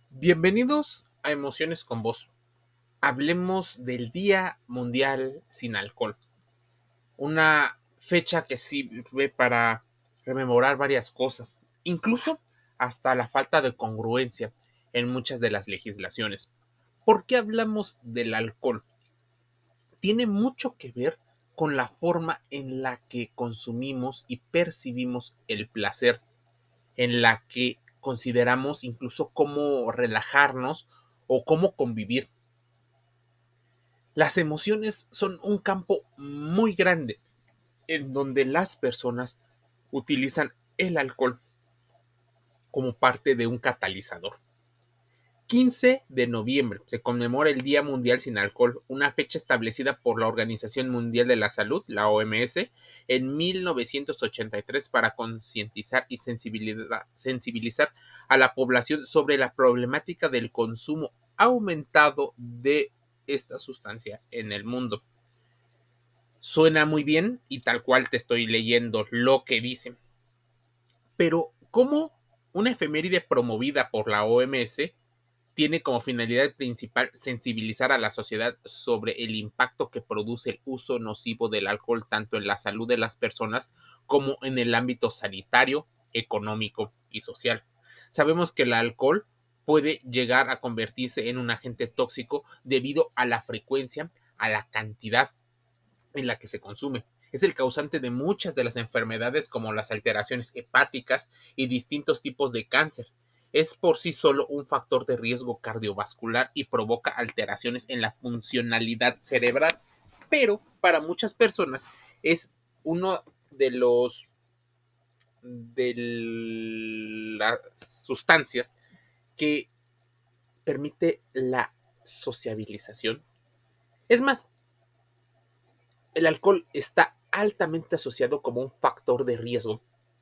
Bienvenidos a Emociones con Vos. Hablemos del Día Mundial sin Alcohol, una fecha que sirve para rememorar varias cosas, incluso hasta la falta de congruencia en muchas de las legislaciones. ¿Por qué hablamos del alcohol? Tiene mucho que ver con la forma en la que consumimos y percibimos el placer, en la que consideramos incluso cómo relajarnos o cómo convivir. Las emociones son un campo muy grande en donde las personas utilizan el alcohol como parte de un catalizador. 15 de noviembre se conmemora el Día Mundial sin Alcohol, una fecha establecida por la Organización Mundial de la Salud, la OMS, en 1983 para concientizar y sensibilizar a la población sobre la problemática del consumo aumentado de esta sustancia en el mundo. Suena muy bien y tal cual te estoy leyendo lo que dice. Pero, ¿cómo una efeméride promovida por la OMS tiene como finalidad principal sensibilizar a la sociedad sobre el impacto que produce el uso nocivo del alcohol tanto en la salud de las personas como en el ámbito sanitario, económico y social? Sabemos que el alcohol puede llegar a convertirse en un agente tóxico debido a la frecuencia, a la cantidad en la que se consume. Es el causante de muchas de las enfermedades como las alteraciones hepáticas y distintos tipos de cáncer. Es por sí solo un factor de riesgo cardiovascular y provoca alteraciones en la funcionalidad cerebral, pero para muchas personas es uno de las sustancias que permite la sociabilización. Es más, el alcohol está altamente asociado como un factor de riesgo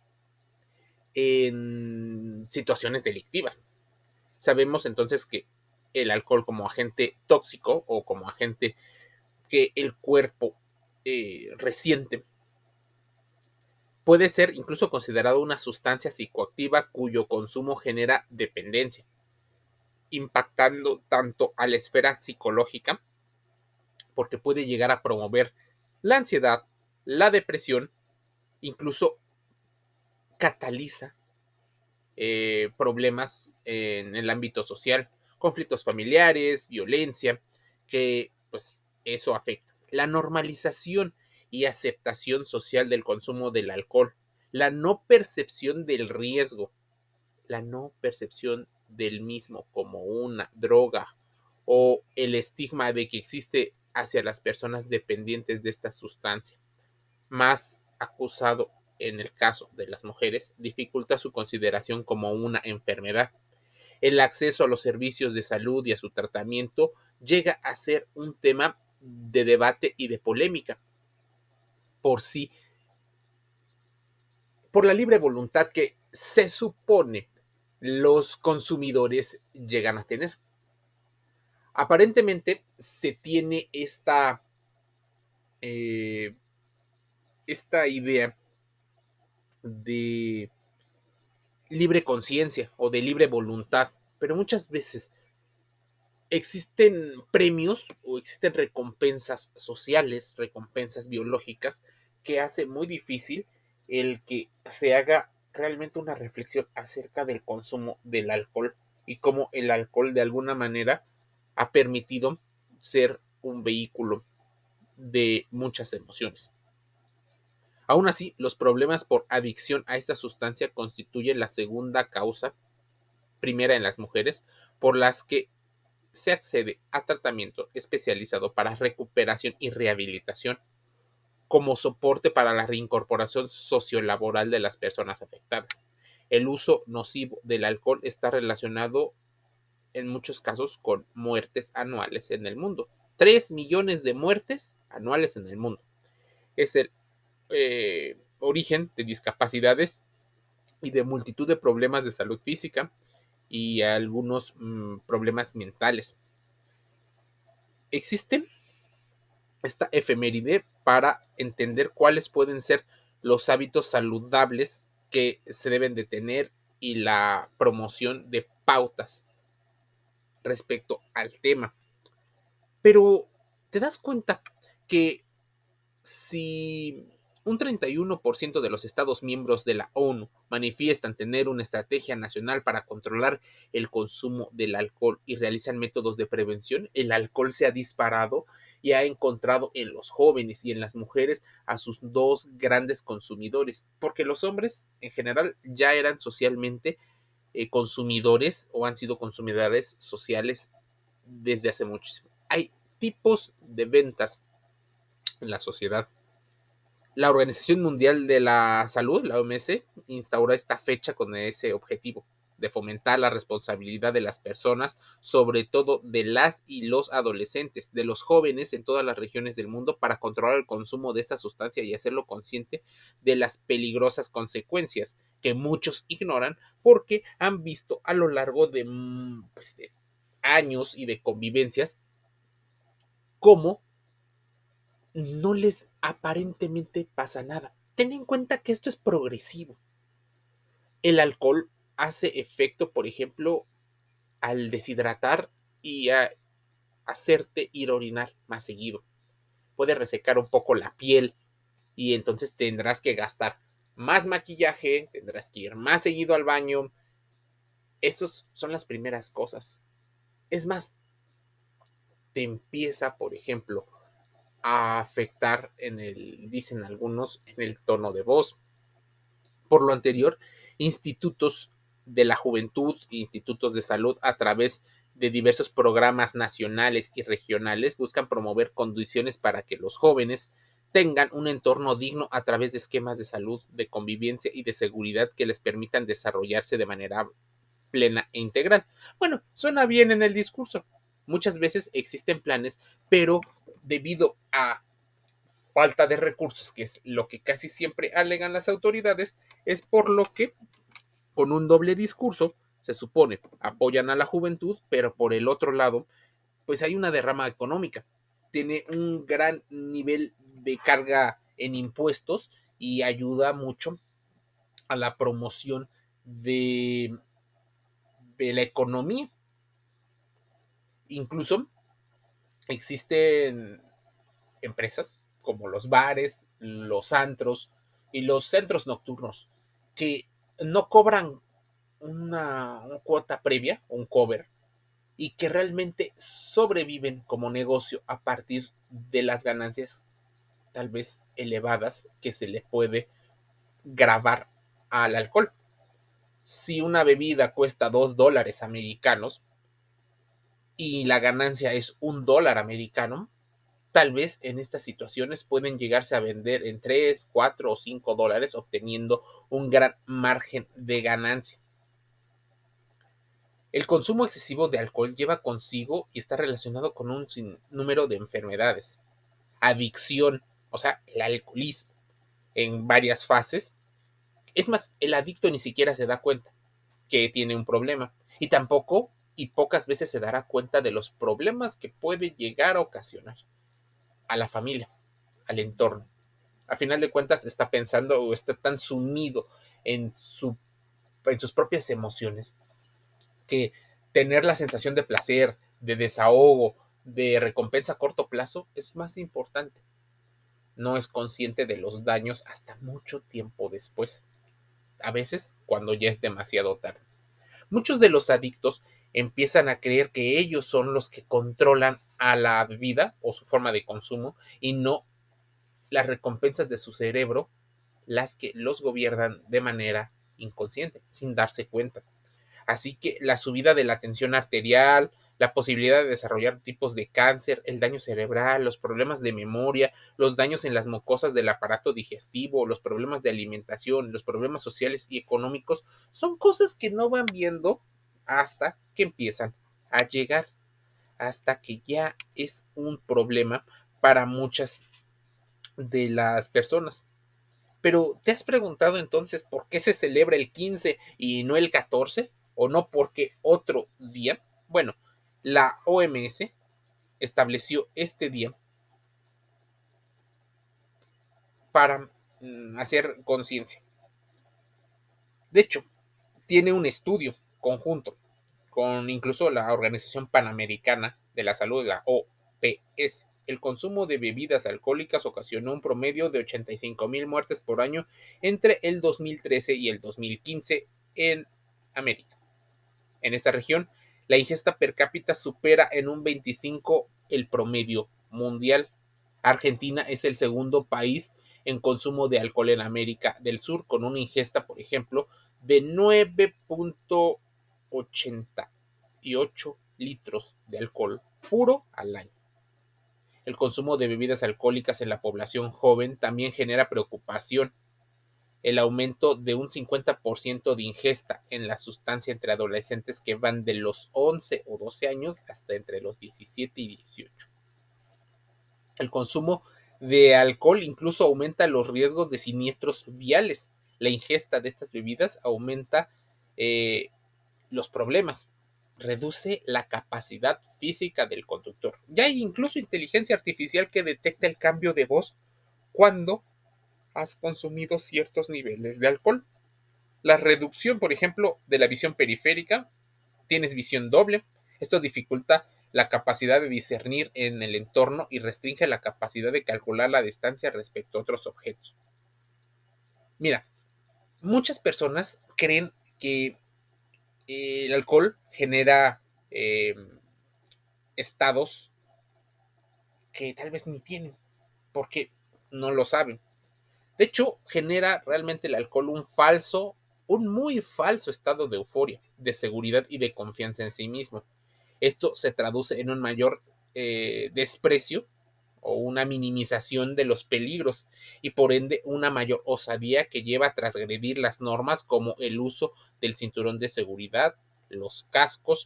en situaciones delictivas. Sabemos entonces que el alcohol como agente tóxico o como agente que el cuerpo resiente puede ser incluso considerado una sustancia psicoactiva cuyo consumo genera dependencia, impactando tanto a la esfera psicológica porque puede llegar a promover la ansiedad, la depresión, incluso cataliza problemas en el ámbito social, conflictos familiares, violencia, que pues eso afecta. La normalización y aceptación social del consumo del alcohol, la no percepción del riesgo, la no percepción del mismo como una droga o el estigma de que existe hacia las personas dependientes de esta sustancia, más acusado en el caso de las mujeres, dificulta su consideración como una enfermedad. El acceso a los servicios de salud y a su tratamiento llega a ser un tema de debate y de polémica por sí, por la libre voluntad que se supone los consumidores llegan a tener. Aparentemente se tiene eh, esta idea de libre conciencia o de libre voluntad, pero muchas veces existen premios o existen recompensas sociales, recompensas biológicas, que hace muy difícil el que se haga realmente una reflexión acerca del consumo del alcohol y cómo el alcohol de alguna manera ha permitido ser un vehículo de muchas emociones. Aún así, los problemas por adicción a esta sustancia constituyen la segunda causa, primera en las mujeres, por las que se accede a tratamiento especializado para recuperación y rehabilitación como soporte para la reincorporación sociolaboral de las personas afectadas. El uso nocivo del alcohol está relacionado en muchos casos con muertes anuales en el mundo. 3 millones de muertes anuales en el mundo. Es el origen de discapacidades y de multitud de problemas de salud física y algunos problemas mentales. Existe esta efeméride para entender cuáles pueden ser los hábitos saludables que se deben de tener y la promoción de pautas respecto al tema. Pero te das cuenta que si un 31% de los Estados miembros de la ONU manifiestan tener una estrategia nacional para controlar el consumo del alcohol y realizan métodos de prevención, el alcohol se ha disparado y ha encontrado en los jóvenes y en las mujeres a sus dos grandes consumidores, porque los hombres en general ya eran socialmente consumidores o han sido consumidores sociales desde hace muchísimo. Hay tipos de ventas en la sociedad. La Organización Mundial de la Salud, la OMS, instauró esta fecha con ese objetivo de fomentar la responsabilidad de las personas, sobre todo de las y los adolescentes, de los jóvenes en todas las regiones del mundo, para controlar el consumo de esta sustancia y hacerlo consciente de las peligrosas consecuencias que muchos ignoran porque han visto a lo largo de años y de convivencias cómo no les aparentemente pasa nada. Ten en cuenta que esto es progresivo. El alcohol hace efecto, por ejemplo, al deshidratar y a hacerte ir a orinar más seguido. Puede resecar un poco la piel y entonces tendrás que gastar más maquillaje, tendrás que ir más seguido al baño. Esas son las primeras cosas. Es más, te empieza, por ejemplo, a afectar dicen algunos, en el tono de voz. Por lo anterior, institutos de la juventud e institutos de salud a través de diversos programas nacionales y regionales buscan promover condiciones para que los jóvenes tengan un entorno digno a través de esquemas de salud, de convivencia y de seguridad que les permitan desarrollarse de manera plena e integral. Bueno, suena bien en el discurso. Muchas veces existen planes, pero debido a falta de recursos, que es lo que casi siempre alegan las autoridades, es por lo que con un doble discurso se supone apoyan a la juventud, pero por el otro lado, pues hay una derrama económica. Tiene un gran nivel de carga en impuestos y ayuda mucho a la promoción de, de la economía. Incluso existen empresas como los bares, los antros y los centros nocturnos que no cobran una cuota previa, un cover, y que realmente sobreviven como negocio a partir de las ganancias tal vez elevadas que se le puede grabar al alcohol. Si una bebida cuesta $2 americanos y la ganancia es $1 americano, tal vez en estas situaciones pueden llegarse a vender en 3, 4 o $5, obteniendo un gran margen de ganancia. El consumo excesivo de alcohol lleva consigo y está relacionado con un sinnúmero de enfermedades. Adicción, o sea, el alcoholismo en varias fases. Es más, el adicto ni siquiera se da cuenta que tiene un problema y tampoco y pocas veces se dará cuenta de los problemas que puede llegar a ocasionar a la familia, al entorno. A final de cuentas está pensando o está tan sumido en, en sus propias emociones que tener la sensación de placer, de desahogo, de recompensa a corto plazo es más importante. No es consciente de los daños hasta mucho tiempo después, a veces cuando ya es demasiado tarde. Muchos de los adictos empiezan a creer que ellos son los que controlan a la bebida o su forma de consumo y no las recompensas de su cerebro las que los gobiernan de manera inconsciente, sin darse cuenta. Así que la subida de la tensión arterial, la posibilidad de desarrollar tipos de cáncer, el daño cerebral, los problemas de memoria, los daños en las mucosas del aparato digestivo, los problemas de alimentación, los problemas sociales y económicos, son cosas que no van viendo hasta que empiezan a llegar, hasta que ya es un problema para muchas de las personas. Pero ¿te has preguntado entonces por qué se celebra el 15 y no el 14? ¿O no porque otro día? Bueno, la OMS estableció este día para hacer conciencia. De hecho, tiene un estudio conjunto con incluso la Organización Panamericana de la Salud, la OPS. El consumo de bebidas alcohólicas ocasionó un promedio de 85,000 muertes por año entre el 2013 y el 2015 en América. En esta región, la ingesta per cápita supera en un 25 el promedio mundial. Argentina es el segundo país en consumo de alcohol en América del Sur, con una ingesta, por ejemplo, de 9,88 litros de alcohol puro al año. El consumo de bebidas alcohólicas en la población joven también genera preocupación. El aumento de un 50% de ingesta en la sustancia entre adolescentes que van de los 11 o 12 años hasta entre los 17 y 18. El consumo de alcohol incluso aumenta los riesgos de siniestros viales. La ingesta de estas bebidas aumenta los problemas, reduce la capacidad física del conductor. Ya hay incluso inteligencia artificial que detecta el cambio de voz cuando has consumido ciertos niveles de alcohol. La reducción, por ejemplo, de la visión periférica, tienes visión doble. Esto dificulta la capacidad de discernir en el entorno y restringe la capacidad de calcular la distancia respecto a otros objetos. Mira, muchas personas creen que el alcohol genera estados que tal vez ni tienen, porque no lo saben. De hecho, genera realmente el alcohol un muy falso estado de euforia, de seguridad y de confianza en sí mismo. Esto se traduce en un mayor desprecio o una minimización de los peligros y por ende una mayor osadía que lleva a transgredir las normas como el uso del cinturón de seguridad, los cascos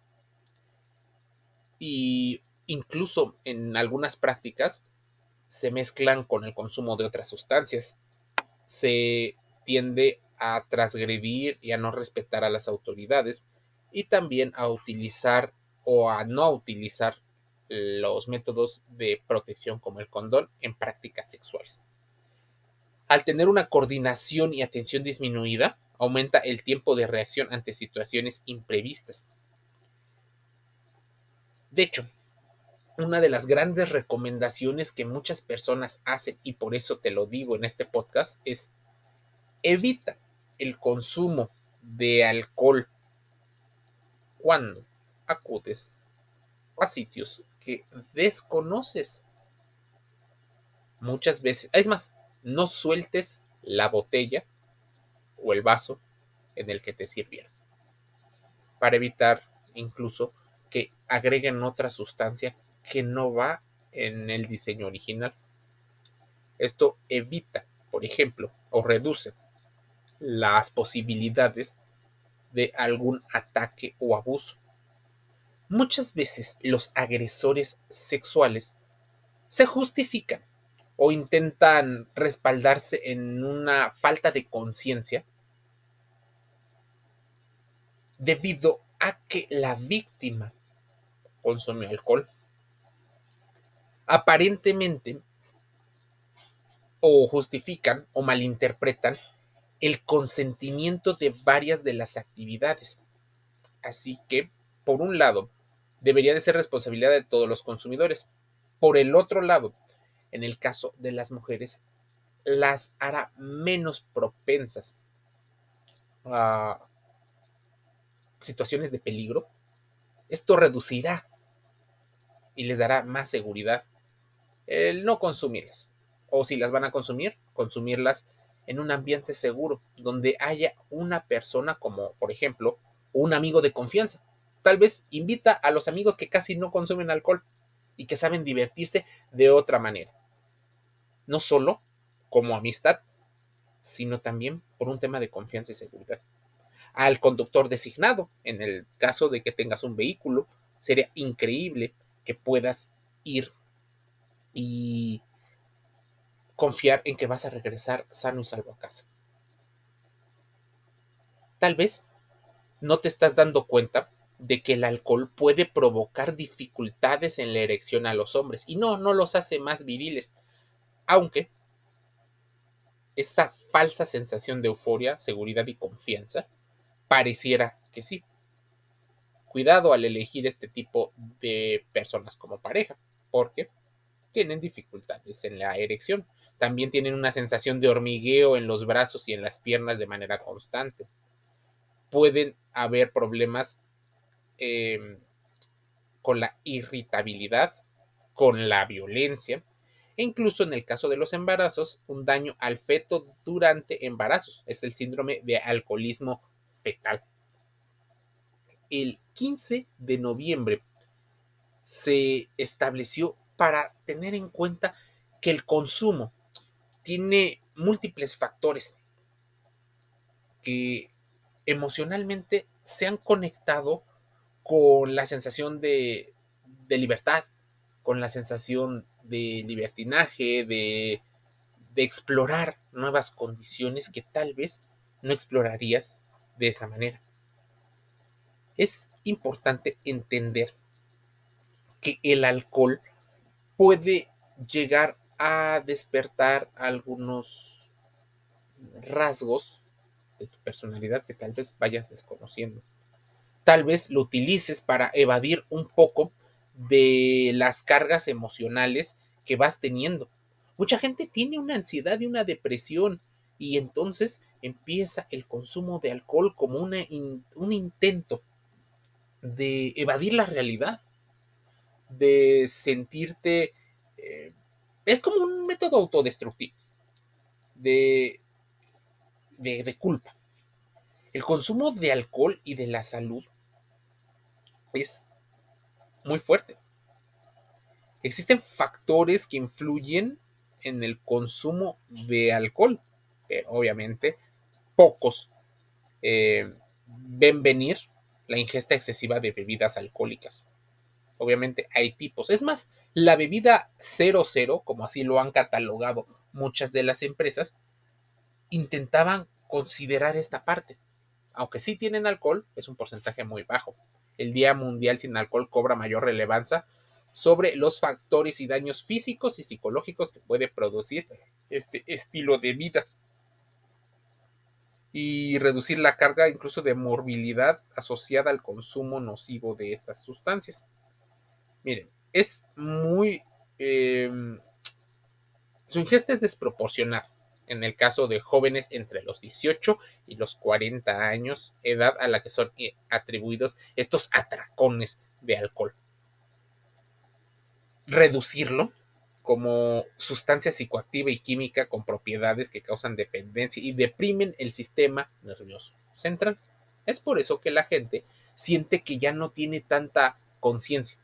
y incluso en algunas prácticas se mezclan con el consumo de otras sustancias. Se tiende a transgredir y a no respetar a las autoridades y también a utilizar o a no utilizar los métodos de protección como el condón en prácticas sexuales. Al tener una coordinación y atención disminuida, aumenta el tiempo de reacción ante situaciones imprevistas. De hecho, una de las grandes recomendaciones que muchas personas hacen, y por eso te lo digo en este podcast, es evita el consumo de alcohol cuando acudes a sitios que desconoces. Muchas veces, es más, no sueltes la botella o el vaso en el que te sirvieron, para evitar incluso que agreguen otra sustancia que no va en el diseño original. Esto evita, por ejemplo, o reduce las posibilidades de algún ataque o abuso. Muchas veces los agresores sexuales se justifican o intentan respaldarse en una falta de conciencia debido a que la víctima consumió alcohol. Aparentemente, o justifican o malinterpretan el consentimiento de varias de las actividades. Así que, por un lado, debería de ser responsabilidad de todos los consumidores. Por el otro lado, en el caso de las mujeres, las hará menos propensas a situaciones de peligro. Esto reducirá y les dará más seguridad el no consumirlas. O si las van a consumir, consumirlas en un ambiente seguro, donde haya una persona como, por ejemplo, un amigo de confianza. Tal vez invita a los amigos que casi no consumen alcohol y que saben divertirse de otra manera. No solo como amistad, sino también por un tema de confianza y seguridad. Al conductor designado, en el caso de que tengas un vehículo, sería increíble que puedas ir y confiar en que vas a regresar sano y salvo a casa. Tal vez no te estás dando cuenta de que el alcohol puede provocar dificultades en la erección a los hombres y no los hace más viriles, aunque esa falsa sensación de euforia, seguridad y confianza pareciera que sí. cuidado al elegir este tipo de personas como pareja, porque tienen dificultades en la erección. También tienen una sensación de hormigueo en los brazos y en las piernas de manera constante. Pueden haber problemas eh, con la irritabilidad, con la violencia, e incluso en el caso de los embarazos, un daño al feto durante embarazos. Es el síndrome de alcoholismo fetal. El 15 de noviembre se estableció para tener en cuenta que el consumo tiene múltiples factores que emocionalmente se han conectado con la sensación de libertad, con la sensación de libertinaje, de explorar nuevas condiciones que tal vez no explorarías de esa manera. Es importante entender que el alcohol puede llegar a despertar algunos rasgos de tu personalidad que tal vez vayas desconociendo. Tal vez lo utilices para evadir un poco de las cargas emocionales que vas teniendo. Mucha gente tiene una ansiedad y una depresión y entonces empieza el consumo de alcohol como un intento de evadir la realidad, de sentirte... eh, es como un método autodestructivo de, de culpa. El consumo de alcohol y de la salud es muy fuerte. Existen factores que influyen en el consumo de alcohol, que obviamente pocos ven venir la ingesta excesiva de bebidas alcohólicas. Obviamente hay tipos. Es más, la bebida 00, como así lo han catalogado muchas de las empresas, intentaban considerar esta parte. Aunque sí tienen alcohol, es un porcentaje muy bajo. El Día Mundial sin Alcohol cobra mayor relevancia sobre los factores y daños físicos y psicológicos que puede producir este estilo de vida y reducir la carga incluso de morbilidad asociada al consumo nocivo de estas sustancias. Miren, es muy... Eh, su ingesta es desproporcionada en el caso de jóvenes entre los 18 y los 40 años, edad a la que son atribuidos estos atracones de alcohol. Reducirlo como sustancia psicoactiva y química con propiedades que causan dependencia y deprimen el sistema nervioso central. Es por eso que la gente siente que ya no tiene tanta conciencia,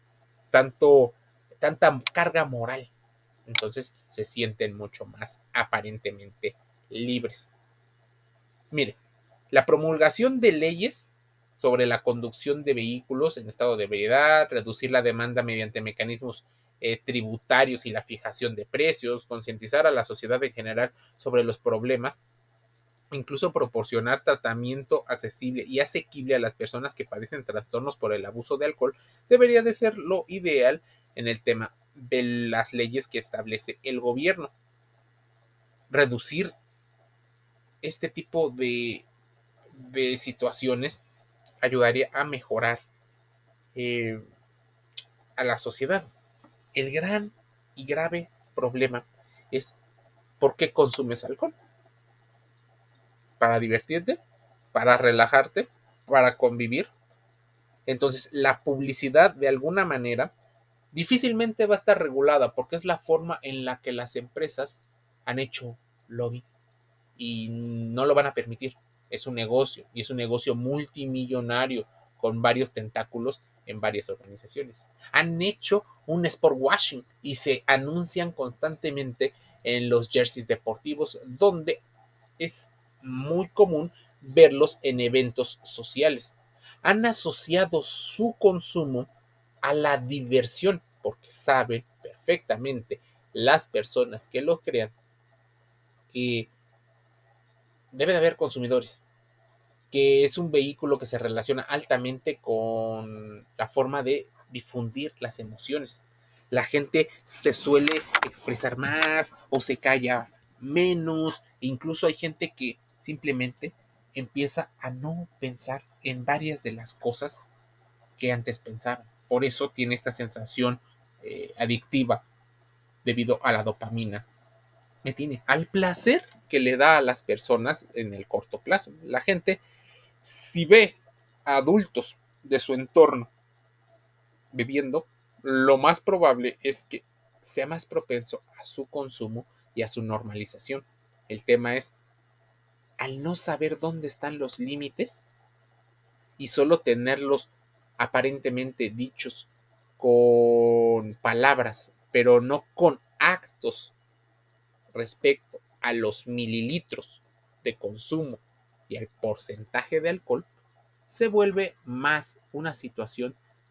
tanta carga moral. Entonces se sienten mucho más aparentemente libres. Mire, la promulgación de leyes sobre la conducción de vehículos en estado de ebriedad, reducir la demanda mediante mecanismos tributarios y la fijación de precios, concientizar a la sociedad en general sobre los problemas, incluso proporcionar tratamiento accesible y asequible a las personas que padecen trastornos por el abuso de alcohol, debería de ser lo ideal en el tema de las leyes que establece el gobierno. Reducir este tipo de situaciones ayudaría a mejorar eh, a la sociedad. El gran y grave problema es por qué consumes alcohol. Para divertirte, para relajarte, para convivir. Entonces, la publicidad de alguna manera difícilmente va a estar regulada porque es la forma en la que las empresas han hecho lobby y no lo van a permitir. Es un negocio y es un negocio multimillonario con varios tentáculos en varias organizaciones. Han hecho un sport washing y se anuncian constantemente en los jerseys deportivos donde es muy común verlos en eventos sociales. Han asociado su consumo a la diversión porque saben perfectamente las personas que lo crean que debe de haber consumidores, que es un vehículo que se relaciona altamente con la forma de difundir las emociones. La gente se suele expresar más o se calla menos, incluso hay gente que simplemente empieza a no pensar en varias de las cosas que antes pensaban. Por eso tiene esta sensación adictiva debido a la dopamina que tiene, al placer que le da a las personas en el corto plazo. La gente, si ve a adultos de su entorno bebiendo, lo más probable es que sea más propenso a su consumo y a su normalización. El tema es, al no saber dónde están los límites y solo tenerlos aparentemente dichos con palabras, pero no con actos respecto a los mililitros de consumo y al porcentaje de alcohol, se vuelve más una situación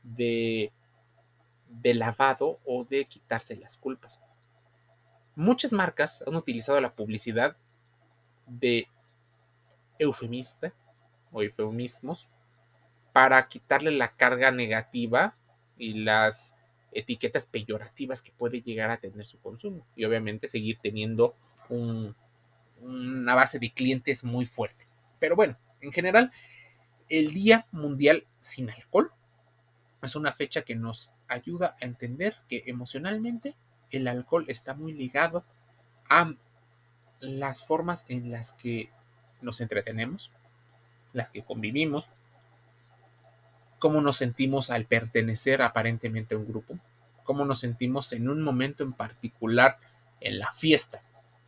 de lavado o de quitarse las culpas. Muchas marcas han utilizado la publicidad de eufemista o eufemismos para quitarle la carga negativa y las etiquetas peyorativas que puede llegar a tener su consumo y obviamente seguir teniendo una base de clientes muy fuerte. Pero bueno, en general, el Día Mundial sin Alcohol es una fecha que nos ayuda a entender que emocionalmente el alcohol está muy ligado a las formas en las que nos entretenemos, las que convivimos, cómo nos sentimos al pertenecer aparentemente a un grupo, cómo nos sentimos en un momento en particular en la fiesta,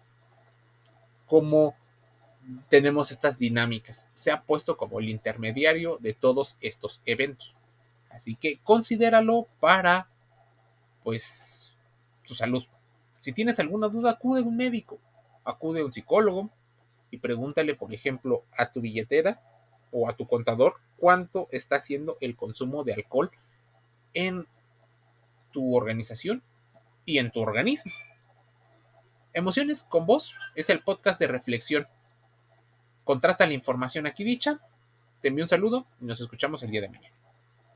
cómo tenemos estas dinámicas. Se ha puesto como el intermediario de todos estos eventos. Así que considéralo para, pues, tu salud. Si tienes alguna duda, acude a un médico, acude a un psicólogo y pregúntale, por ejemplo, a tu billetera o a tu contador cuánto está haciendo el consumo de alcohol en tu organización y en tu organismo. Emociones con Vos es el podcast de reflexión. Contrasta la información aquí dicha. Te envío un saludo y nos escuchamos el día de mañana.